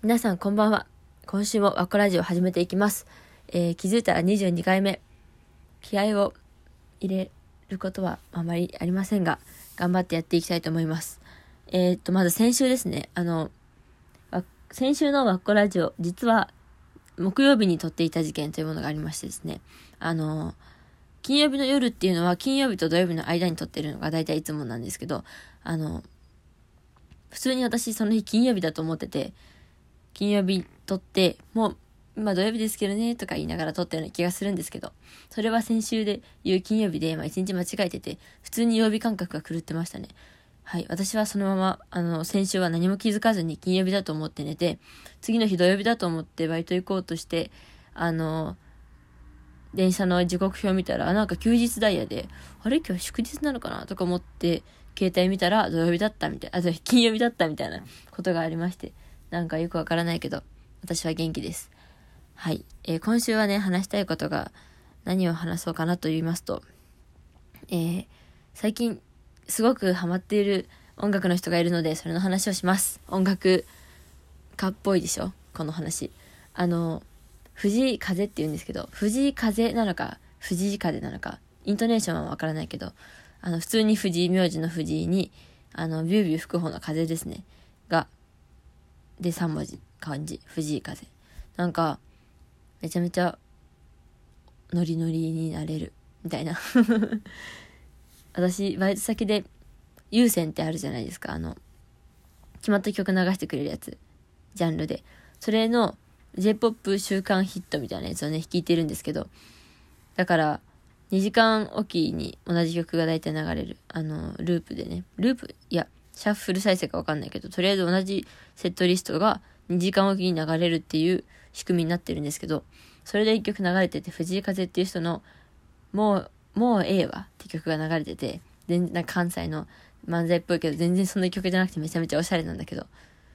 皆さんこんばんは。今週もワッコラジオを始めていきます。気づいたら22回目。気合を入れることはあまりありませんが、頑張ってやっていきたいと思います。まず先週ですね。先週のワッコラジオ、実は木曜日に撮っていた事件というものがありましてですね。金曜日の夜っていうのは金曜日と土曜日の間に撮ってるのが大体いつもなんですけど、普通に私その日金曜日だと思ってて、金曜日撮って、もう今土曜日ですけどねとか言いながら撮ったような気がするんですけど、それは先週で言う金曜日で、一日間違えてて、普通に曜日感覚が狂ってましたね。はい。私はそのまま、先週は何も気づかずに金曜日だと思って寝て、次の日土曜日だと思ってバイト行こうとして、電車の時刻表見たら、なんか休日ダイヤで、あれ今日祝日なのかなとか思って、携帯見たら土曜日だったみたいな、金曜日だったみたいなことがありまして、なんかよくわからないけど、私は元気です。はい。今週はね、話したいことが何を話そうかなと言いますと、最近すごくハマっている音楽の人がいるので、それの話をします。音楽家っぽいでしょこの話。藤井風って言うんですけど、藤井風なのか、藤井風なのか、イントネーションはわからないけど、普通に藤井名字の藤井に、ビュービュー吹く方の風ですね。で3文字漢字藤井風、なんかめちゃめちゃノリノリになれるみたいな私バイト先で有線ってあるじゃないですか、決まった曲流してくれるやつ、ジャンルでそれの J-POP 週間ヒットみたいなやつをね聴いてるんですけど、だから2時間おきに同じ曲が大体流れる、ループでね、シャッフル再生か分かんないけど、とりあえず同じセットリストが2時間おきに流れるっていう仕組みになってるんですけど、それで1曲流れてて、藤井風っていう人のもうええわって曲が流れてて、全然関西の漫才っぽいけど全然そんな曲じゃなくてめちゃめちゃおしゃれなんだけど、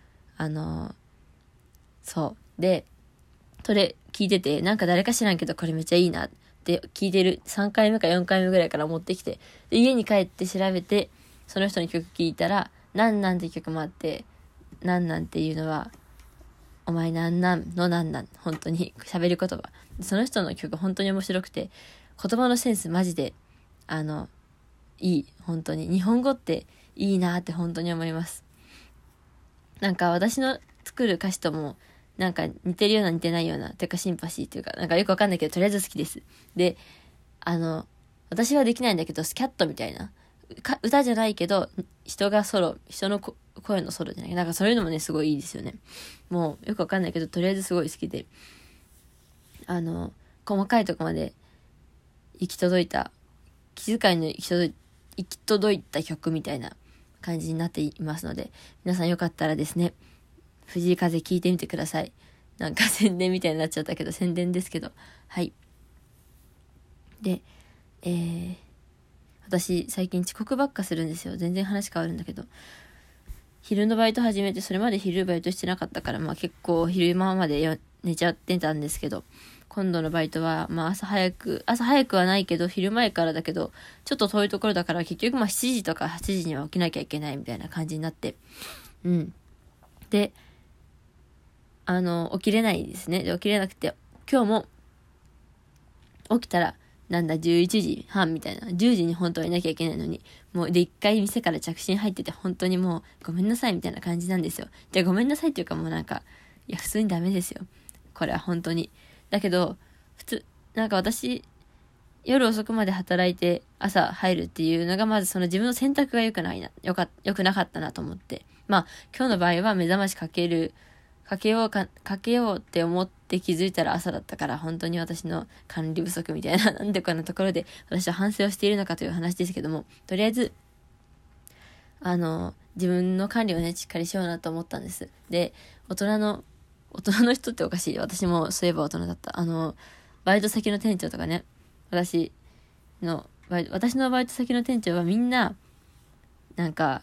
そうでそれ聞いてて、なんか誰か知らんけどこれめっちゃいいなって聞いてる3回目か4回目ぐらいから持ってきて、で家に帰って調べてその人の曲聴いたら、なんなんって曲もあって、なんなんっていうのはお前なんなんのなんなん、本当に喋る言葉、その人の曲本当に面白くて、言葉のセンスマジでいい、本当に日本語っていいなって本当に思います。なんか私の作る歌詞ともなんか似てるような似てないような、てかシンパシーというか、なんかよくわかんないけどとりあえず好きです。で私はできないんだけどスキャットみたいな歌じゃないけど人の声のソロじゃない、なんかそういうのもねすごいいいですよね。もうよくわかんないけどとりあえずすごい好きで、細かいとこまで行き届いた、気遣いの行き届いた曲みたいな感じになっていますので、皆さんよかったらですね、藤井風聞いてみてください。なんか宣伝みたいになっちゃったけど、宣伝ですけど、はい。で、私最近遅刻ばっかするんですよ。全然話変わるんだけど、昼のバイト始めて、それまで昼バイトしてなかったから、結構昼間まで寝ちゃってたんですけど、今度のバイトは朝早くはないけど昼前からだけど、ちょっと遠いところだから結局7時とか8時には起きなきゃいけないみたいな感じになって、で起きれないですね。で起きれなくて、今日も起きたら11時半みたいな、10時に本当はいなきゃいけないのに、もうで一回店から着信入ってて、本当にもうごめんなさいみたいな感じなんですよ。じゃあごめんなさいっていうか、もうなんかいや普通にダメですよこれは本当に。だけど普通なんか私夜遅くまで働いて朝入るっていうのが、まずその自分の選択が良くなかったなと思って、今日の場合は目覚ましかけようって思って気づいたら朝だったから、本当に私の管理不足みたいななんでこんなところで私は反省をしているのかという話ですけども、とりあえず自分の管理をねしっかりしようなと思ったんです。で大人の人っておかしい、私もそういえば大人だった。バイト先の店長とかね、私のバイト先の店長はみんななんか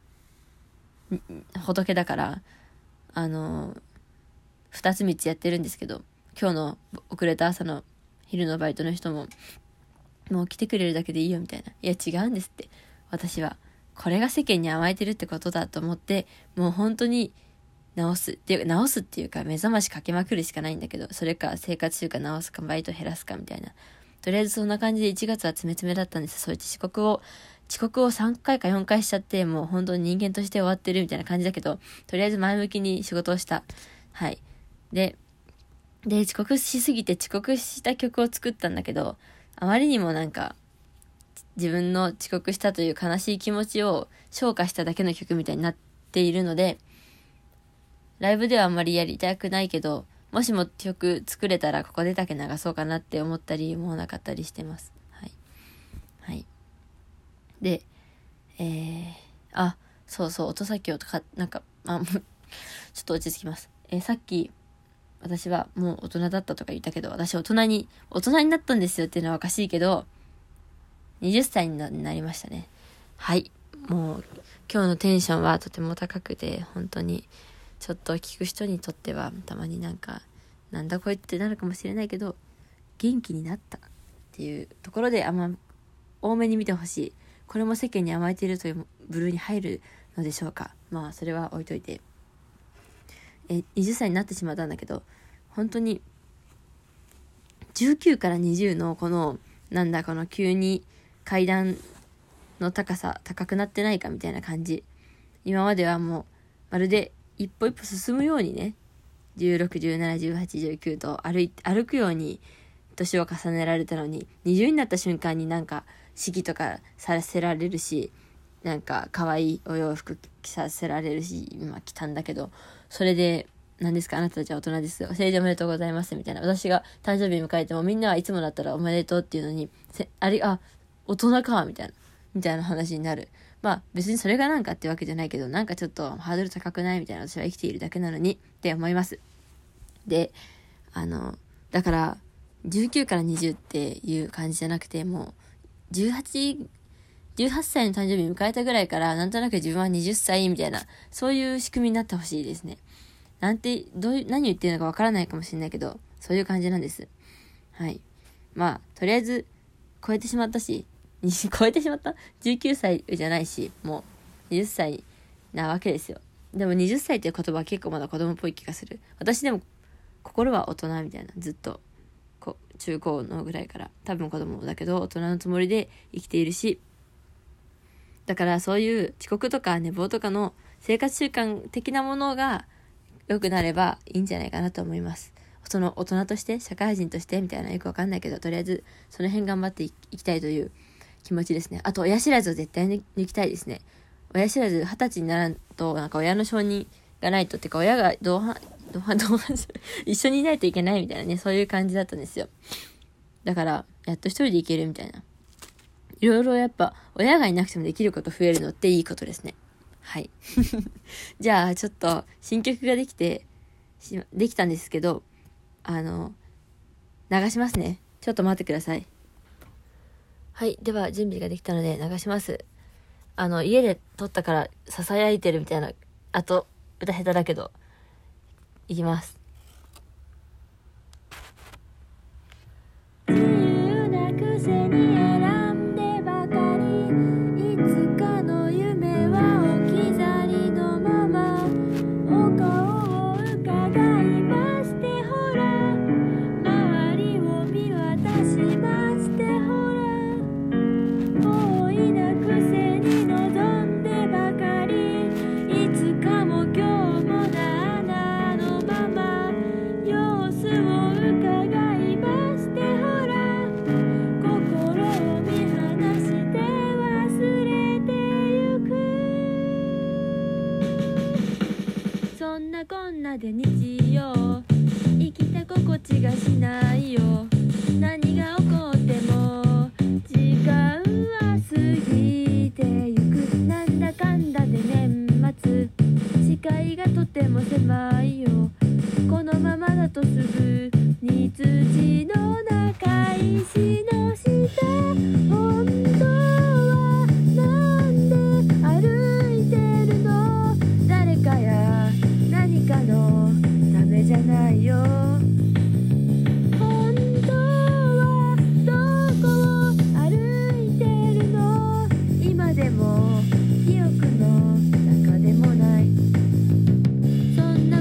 仏だから、2つ3つやってるんですけど、今日の遅れた朝の昼のバイトの人ももう来てくれるだけでいいよみたいな、いや違うんですって、私はこれが世間に甘えてるってことだと思って、もう本当に直すっていうか目覚ましかけまくるしかないんだけど、それか生活習慣直すかバイト減らすかみたいな。とりあえずそんな感じで1月は詰め詰めだったんです。そういう遅刻を3回か4回しちゃって、もう本当に人間として終わってるみたいな感じだけど、とりあえず前向きに仕事をした。はい。で、遅刻しすぎて遅刻した曲を作ったんだけど、あまりにもなんか、自分の遅刻したという悲しい気持ちを消化しただけの曲みたいになっているので、ライブではあんまりやりたくないけど、もしも曲作れたらここでだけ流そうかなって思ったり思わなかったりしてます。はい。はい。で、そうそう、音先をちょっと落ち着きます。さっき、私はもう大人だったとか言ったけど、私大人になったんですよっていうのはおかしいけど、20歳になりましたね。はい。もう、今日のテンションはとても高くて、本当に、ちょっと聞く人にとっては、たまになんだこいってなるかもしれないけど、元気になったっていうところで、多めに見てほしい。これも世間に甘えているという部類に入るのでしょうか。まあ、それは置いといて。20歳になってしまったんだけど、本当に、19から20のこの急に階段の高くなってないかみたいな感じ。今まではもう、まるで一歩一歩進むようにね、16、17、18、19と歩くように年を重ねられたのに、20になった瞬間に式とかさせられるし、可愛いお洋服着させられるし、今着たんだけど、それで、何ですか、あなたたちは大人です。成人おめでとうございます。みたいな。私が誕生日迎えてもみんなはいつもだったらおめでとうっていうのに、大人か、みたいな話になる。まあ別にそれがってわけじゃないけど、ちょっとハードル高くないみたいな、私は生きているだけなのにって思います。で、だから、19から20っていう感じじゃなくて、もう、18歳の誕生日迎えたぐらいから、なんとなく自分は20歳みたいな、そういう仕組みになってほしいですね。何言ってるのかわからないかもしれないけど、そういう感じなんです。はい。まあ、とりあえず、超えてしまった ?19 歳じゃないし、もう、20歳なわけですよ。でも20歳っていう言葉は結構まだ子供っぽい気がする。私でも、心は大人みたいな、ずっと、中高のぐらいから、多分子供だけど、大人のつもりで生きているし、だからそういう遅刻とか寝坊とかの生活習慣的なものが、良くなればいいんじゃないかなと思います。その大人として社会人としてみたいなよくわかんないけど、とりあえずその辺頑張っていきたいという気持ちですね。あと親知らずを絶対に抜きたいですね。親知らず20歳にならんと親の承認がないとってか親が同伴一緒にいないといけないみたいなね、そういう感じだったんですよ。だからやっと一人で行けるみたいな。いろいろやっぱ親がいなくてもできること増えるのっていいことですね。はい。じゃあ、ちょっと、新曲ができたんですけど、流しますね。ちょっと待ってください。はい。では、準備ができたので流します。家で撮ったから囁いてるみたいな、歌下手だけど、いきます。自由なくせに選んでばかり、いつかの夢は置き去りのまま、お顔を伺いまして、ほら周りを見渡しまして、ほら大いなくせに望んでばかり、いつかも今日もなあなあのまま、様子を伺いまして、ほら心を見放して忘れてゆく。そんなこんなで日曜、生きた心地がしないよ。何が起こっても時間は過ぎてゆく。なんだかんだで年末、視界がとても狭いよ。このままだとすぐに土の中石の下、本当はなんで歩いてるの。誰かや何かのためじゃないよ。本当はどこを歩いてるの。今でも記憶の中でもない。そんな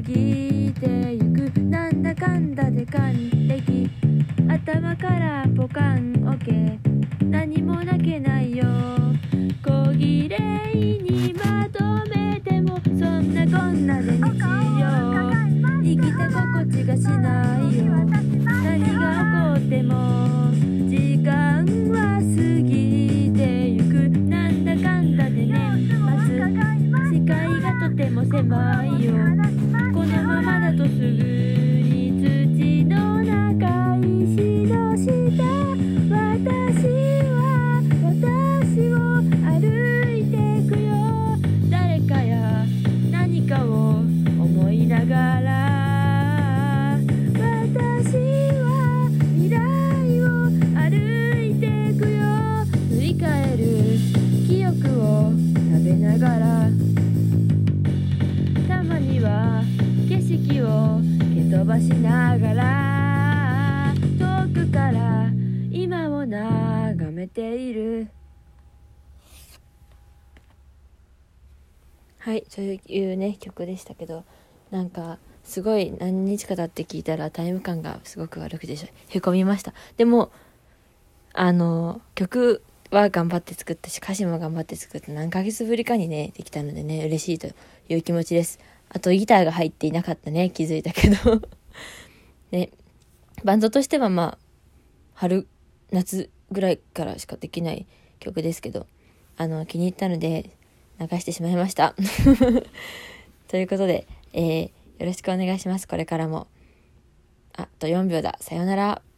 ぎてゆく。なんだかんだで還暦。頭からポカンオケ。何も泣けないよ。小綺麗にまとめてもそんなこんなで日常。生きた心地がしないよ。何が起こっても時間は過ぎてゆく。なんだかんだで年末。視界がとても狭いよ。このままだとすぐに土の中石の下。私を歩いてくよ。誰かや何かを思いながら。私は未来を歩いてくよ。振り返る記憶を食べながら。たまには景色を蹴飛ばしながら。遠くから今を眺めている。はい、そういうね曲でしたけど、なんかすごい何日か経って聞いたらタイム感がすごく悪くてへこみました。でも曲は頑張って作ったし、歌詞も頑張って作って、何ヶ月ぶりかにねできたのでね、嬉しいという気持ちです。あとギターが入っていなかったね、気づいたけどね、バンドとしてはまあ春夏ぐらいからしかできない曲ですけど、気に入ったので流してしまいましたということで、よろしくお願いします。これからも。あと4秒だ。さようなら。